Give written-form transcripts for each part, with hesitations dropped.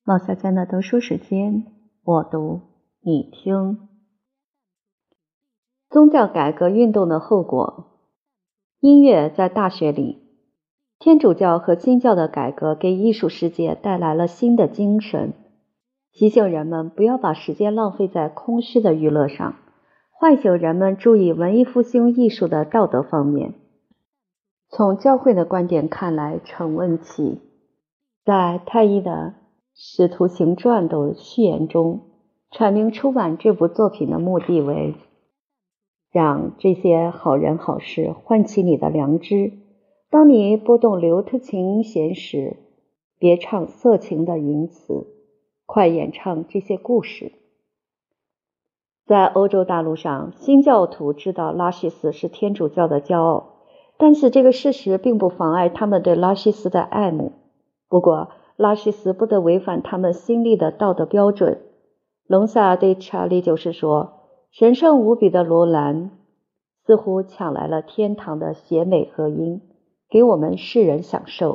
冒小娟的读书时间，我读你听。宗教改革运动的后果。音乐在大学里。天主教和新教的改革给艺术世界带来了新的精神，提醒人们不要把时间浪费在空虚的娱乐上，唤醒人们注意文艺复兴艺术的道德方面。从教会的观点看来，成问题。在太一的《使徒行传》的序言中，阐明出版这部作品的目的为让这些好人好事唤起你的良知。当你拨动刘特琴弦时，别唱色情的淫词，快演唱这些故事。在欧洲大陆上，新教徒知道拉西斯是天主教的骄傲，但是这个事实并不妨碍他们对拉西斯的爱慕。不过拉西斯不得违反他们心里的道德标准。隆萨对查理九世说，神圣无比的罗兰似乎抢来了天堂的邪美和音，给我们世人享受。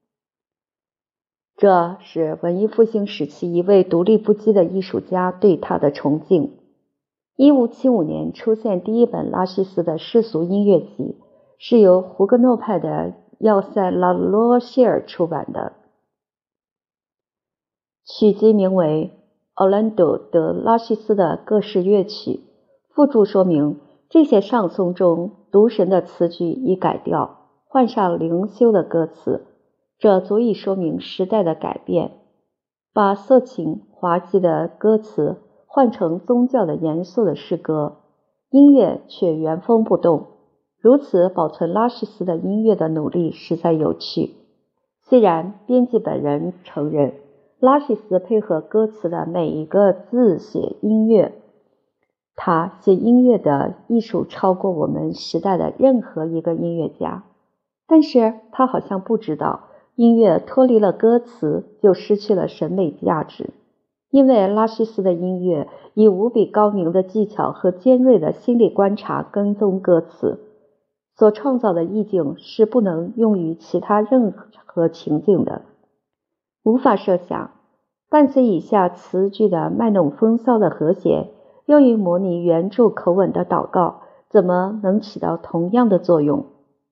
这是文艺复兴时期一位独立不羁的艺术家对他的崇敬。1575年出现第一本拉西斯的世俗音乐集，是由胡格诺派的要塞拉罗谢尔出版的。曲集名为奥兰多·德拉西斯的各式乐曲，附注说明这些上颂中读神的词句已改掉，换上灵修的歌词，这足以说明时代的改变，把色情滑稽的歌词换成宗教的严肃的诗歌，音乐却原封不动。如此保存拉西斯的音乐的努力实在有趣。虽然编辑本人承认拉西斯配合歌词的每一个字写音乐，他写音乐的艺术超过我们时代的任何一个音乐家，但是他好像不知道，音乐脱离了歌词就失去了审美价值，因为拉西斯的音乐以无比高明的技巧和尖锐的心理观察跟踪歌词，所创造的意境是不能用于其他任何情境的。无法设想，伴随以下词句的卖弄风骚的和谐，用于模拟原著口吻的祷告，怎么能起到同样的作用？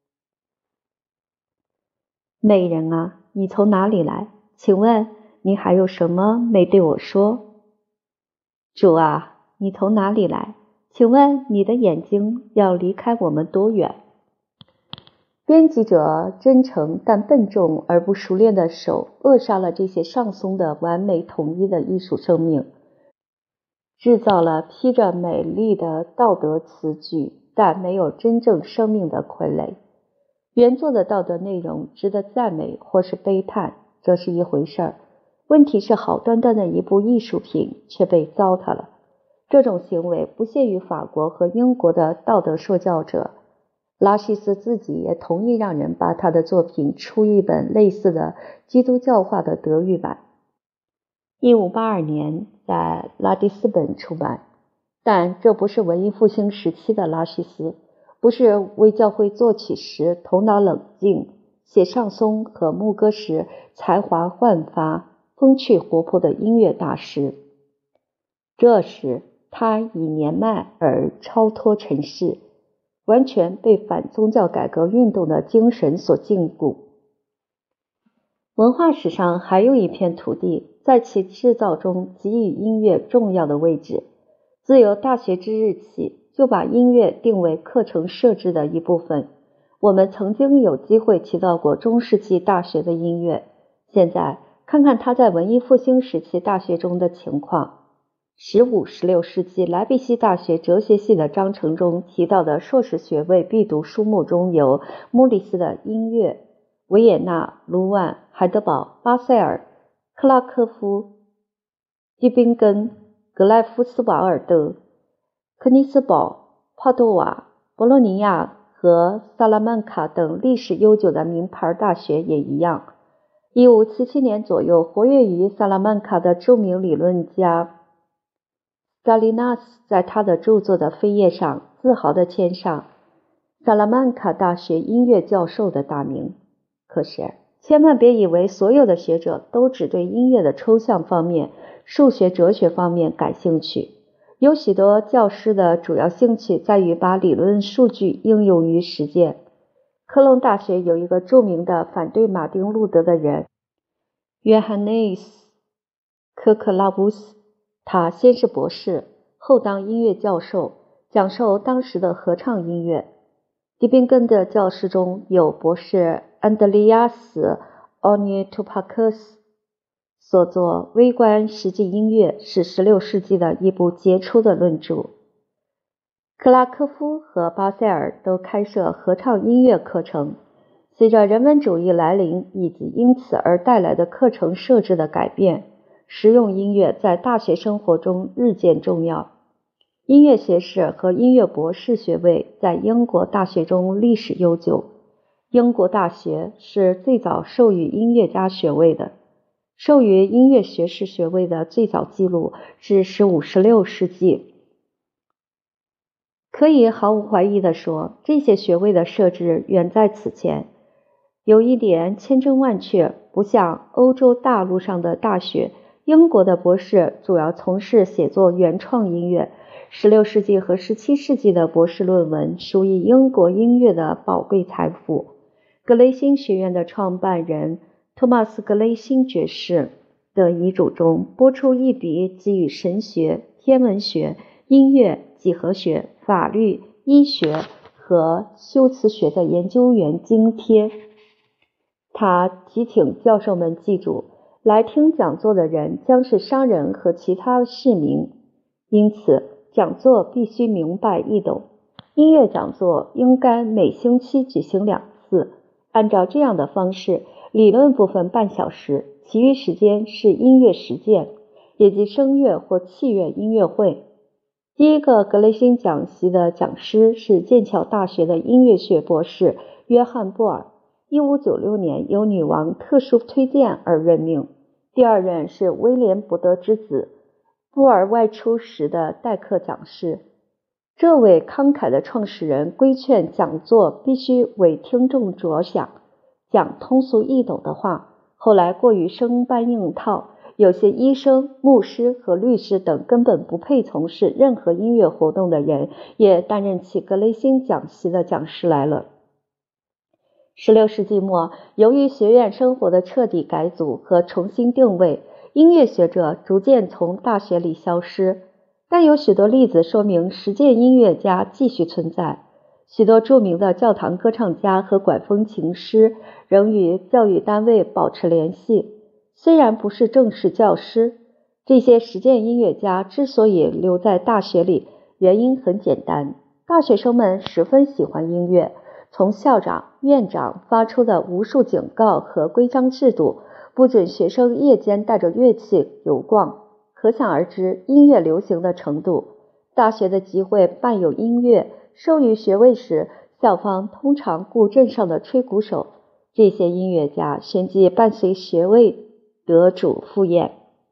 美人啊，你从哪里来？请问你还有什么没对我说？主啊，你从哪里来？请问你的眼睛要离开我们多远？编辑者真诚但笨重而不熟练的手扼杀了这些上松的完美统一的艺术生命，制造了披着美丽的道德词句但没有真正生命的傀儡。原作的道德内容值得赞美或是悲叹，这是一回事儿。问题是好端端的一部艺术品却被糟蹋了。这种行为不限于法国和英国的道德说教者，拉西斯自己也同意让人把他的作品出一本类似的基督教化的德语版。1582年在拉蒂斯本出版，但这不是文艺复兴时期的拉西斯，不是为教会作曲时头脑冷静，写上松和牧歌时才华焕发、风趣活泼的音乐大师。这时他已年迈而超脱尘世，完全被反宗教改革运动的精神所禁锢。文化史上还有一片土地，在其制造中给予音乐重要的位置。自由大学之日起，就把音乐定为课程设置的一部分。我们曾经有机会提到过中世纪大学的音乐，现在看看它在文艺复兴时期大学中的情况。15、16世纪莱比锡大学哲学系的章程中提到的硕士学位必读书目中有莫里斯的音乐、维也纳、卢万、海德堡、巴塞尔、克拉科夫、基宾根、格莱夫斯瓦尔德、科尼斯堡、帕多瓦、博洛尼亚和萨拉曼卡等历史悠久的名牌大学也一样。1577年左右，活跃于萨拉曼卡的著名理论家萨利纳斯在他的著作的扉页上自豪地签上萨拉曼卡大学音乐教授的大名。可是千万别以为所有的学者都只对音乐的抽象方面、数学、哲学方面感兴趣。有许多教师的主要兴趣在于把理论数据应用于实践。科隆大学有一个著名的反对马丁·路德的人，约翰内斯·科克拉乌斯。他先是博士，后当音乐教授，讲授当时的合唱音乐。迪宾根的教师中有博士安德利亚斯·奥涅图帕克斯，所作《微观实际音乐》是16世纪的一部杰出的论著。克拉科夫和巴塞尔都开设合唱音乐课程。随着人文主义来临以及因此而带来的课程设置的改变，实用音乐在大学生活中日渐重要。音乐学士和音乐博士学位在英国大学中历史悠久。英国大学是最早授予音乐家学位的。授予音乐学士学位的最早记录是15、16世纪。可以毫无怀疑地说，这些学位的设置远在此前。有一点千真万确，不像欧洲大陆上的大学，英国的博士主要从事写作原创音乐。16世纪和17世纪的博士论文属于英国音乐的宝贵财富。格雷辛学院的创办人托马斯·格雷辛爵士的遗嘱中拨出一笔给予神学、天文学、音乐、几何学、法律、医学和修辞学的研究员津贴。他提请教授们记住，来听讲座的人将是商人和其他市民，因此讲座必须明白易懂。音乐讲座应该每星期举行2次，按照这样的方式，理论部分半小时，其余时间是音乐实践，也即声乐或器乐音乐会。第一个格雷辛讲席的讲师是剑桥大学的音乐学博士约翰·布尔，1596年由女王特殊推荐而任命。第二任是威廉·伯德之子布尔外出时的代课讲师。这位慷慨的创始人规劝讲座必须为听众着想，讲通俗易懂的话，后来过于生搬硬套，有些医生、牧师和律师等根本不配从事任何音乐活动的人也担任起格雷辛讲席的讲师来了。16世纪末，由于学院生活的彻底改组和重新定位，音乐学者逐渐从大学里消失，但有许多例子说明实践音乐家继续存在。许多著名的教堂歌唱家和管风琴师仍与教育单位保持联系，虽然不是正式教师。这些实践音乐家之所以留在大学里，原因很简单，大学生们十分喜欢音乐。从校长、院长发出的无数警告和规章制度，不准学生夜间带着乐器游逛，可想而知音乐流行的程度。大学的集会伴有音乐，授予学位时，校方通常雇镇上的吹鼓手，这些音乐家旋即伴随学位得主赴宴。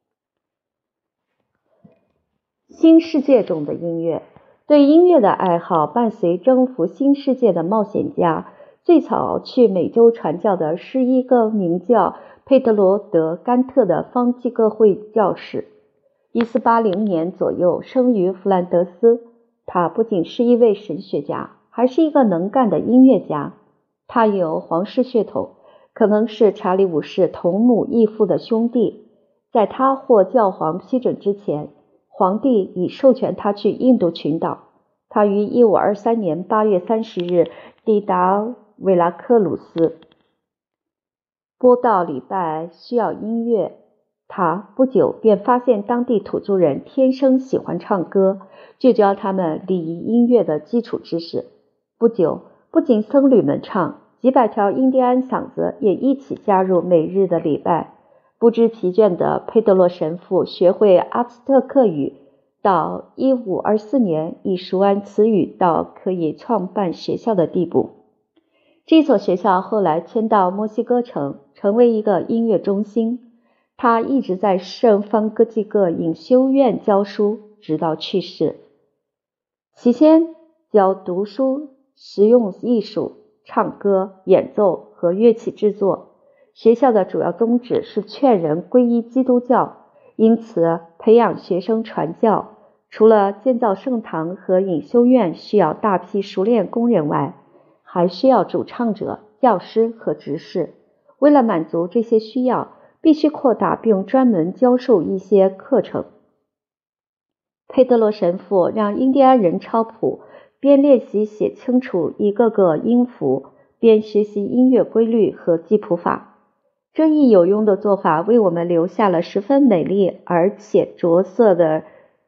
新世界中的音乐。对音乐的爱好伴随征服新世界的冒险家。最早去美洲传教的是一个名叫佩德罗·德·甘特的方济各会教士。1480年左右生于弗兰德斯。他不仅是一位神学家，还是一个能干的音乐家。他有皇室血统，可能是查理五世同母异父的兄弟。在他获教皇批准之前，皇帝已授权他去印度群岛。他于1523年8月30日抵达维拉克鲁斯。播道礼拜需要音乐，他不久便发现当地土著人天生喜欢唱歌，就教他们礼仪音乐的基础知识。不久，不仅僧侣们唱，几百条印第安嗓子也一起加入每日的礼拜。不知疲倦的佩德罗神父学会阿兹特克语，到1524年已熟谙此语到可以创办学校的地步。这所学校后来迁到墨西哥城，成为一个音乐中心。他一直在圣方哥济各隐修院教书，直到去世。起先教读书、实用艺术、唱歌、演奏和乐器制作。 学校的主要宗旨是劝人皈依基督教，因此培养学生传教。除了建造圣堂和隐修院需要大批熟练工人外，还需要主唱者、教师和执事。为了满足这些需要，必须扩大并专门教授一些课程。佩德罗神父让印第安人抄谱，边练习写清楚一个个音符，边学习音乐规律和记谱法。这一有用的做法为我们留下了十分美丽而且着色的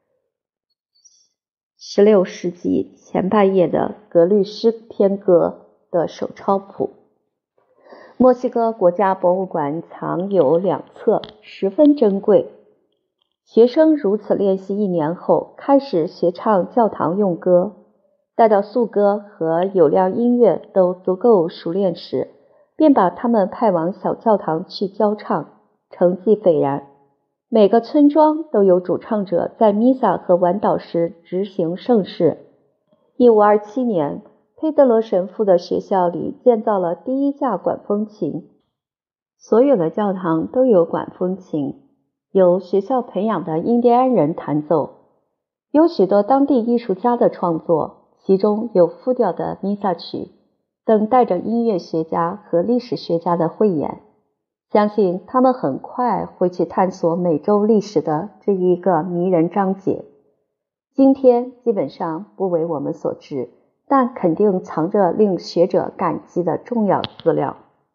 16世纪前半叶的格律诗篇歌的手抄谱。墨西哥国家博物馆藏有2册，十分珍贵。学生如此练习1年后，开始学唱教堂用歌。待到素歌和有料音乐都足够熟练时，便把他们派往小教堂去教唱，成绩斐然。每个村庄都有主唱者在弥撒和晚祷时执行圣事。1527年，佩德罗神父的学校里建造了第一架管风琴。所有的教堂都有管风琴，由学校培养的印第安人弹奏。有许多当地艺术家的创作，其中有复调的弥撒曲，等待着音乐学家和历史学家的慧眼。相信他们很快会去探索美洲历史的这一个迷人章节。今天基本上不为我们所知，但肯定藏着令学者感激的重要资料。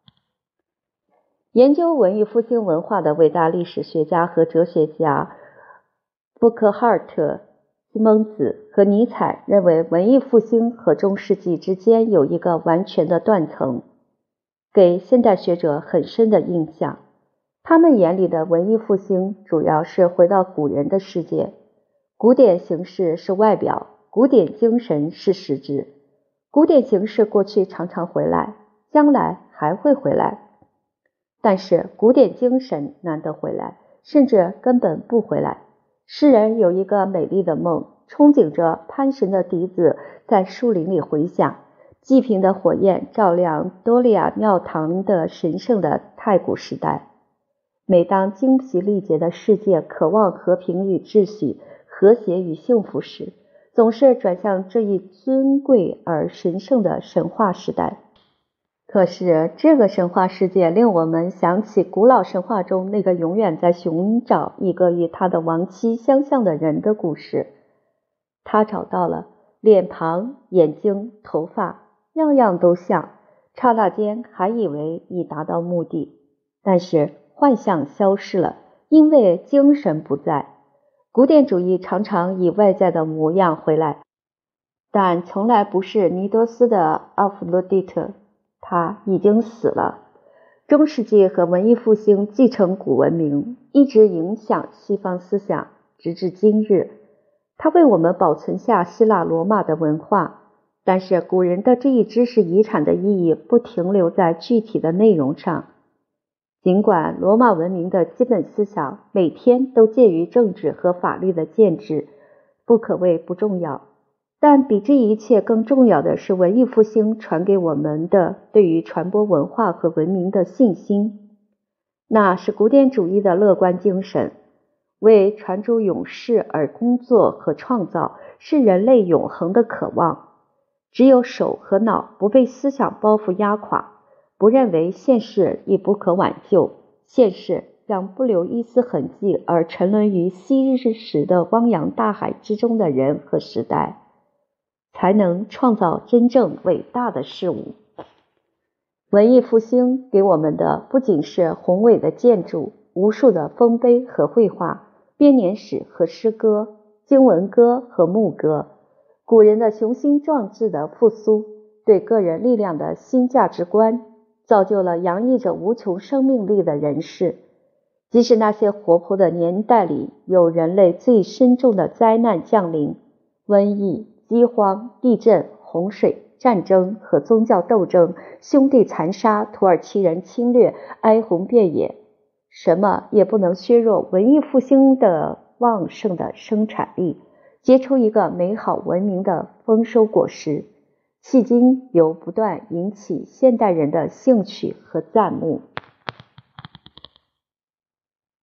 研究文艺复兴文化的伟大历史学家和哲学家布克哈特、西蒙子和尼采认为，文艺复兴和中世纪之间有一个完全的断层，给现代学者很深的印象。他们眼里的文艺复兴主要是回到古人的世界，古典形式是外表，古典精神是实质。古典形式过去常常回来，将来还会回来，但是古典精神难得回来，甚至根本不回来。诗人有一个美丽的梦，憧憬着潘神的笛子在树林里回响，祭品的火焰照亮多利亚庙堂的神圣的太古时代。每当精疲力竭的世界渴望和平与秩序、和谐与幸福时，总是转向这一尊贵而神圣的神话时代。可是这个神话世界令我们想起古老神话中那个永远在寻找一个与他的亡妻相像的人的故事。他找到了，脸庞、眼睛、头发样样都像，刹那间还以为已达到目的，但是幻象消失了，因为精神不在。古典主义常常以外在的模样回来，但从来不是尼多斯的阿弗洛狄特，他已经死了。中世纪和文艺复兴继承古文明，一直影响西方思想，直至今日。它为我们保存下希腊罗马的文化，但是古人的这一知识遗产的意义不停留在具体的内容上。尽管罗马文明的基本思想每天都介于政治和法律的建制，不可谓不重要，但比这一切更重要的是文艺复兴传给我们的对于传播文化和文明的信心。那是古典主义的乐观精神，为传诸永世而工作和创造，是人类永恒的渴望。只有手和脑不被思想包袱压垮，不认为现世已不可挽救，现世将不留一丝痕迹而沉沦于昔日时的汪洋大海之中的人和时代，才能创造真正伟大的事物。文艺复兴给我们的不仅是宏伟的建筑、无数的丰碑和绘画、编年史和诗歌、经文歌和牧歌，古人的雄心壮志的复苏，对个人力量的新价值观，造就了洋溢着无穷生命力的人士。即使那些活泼的年代里有人类最深重的灾难降临，瘟疫、饥荒、地震、洪水、战争和宗教斗争，兄弟残杀，土耳其人侵略，哀鸿遍野，什么也不能削弱文艺复兴的旺盛的生产力，结出一个美好文明的丰收果实，迄今犹不断引起现代人的兴趣和赞慕。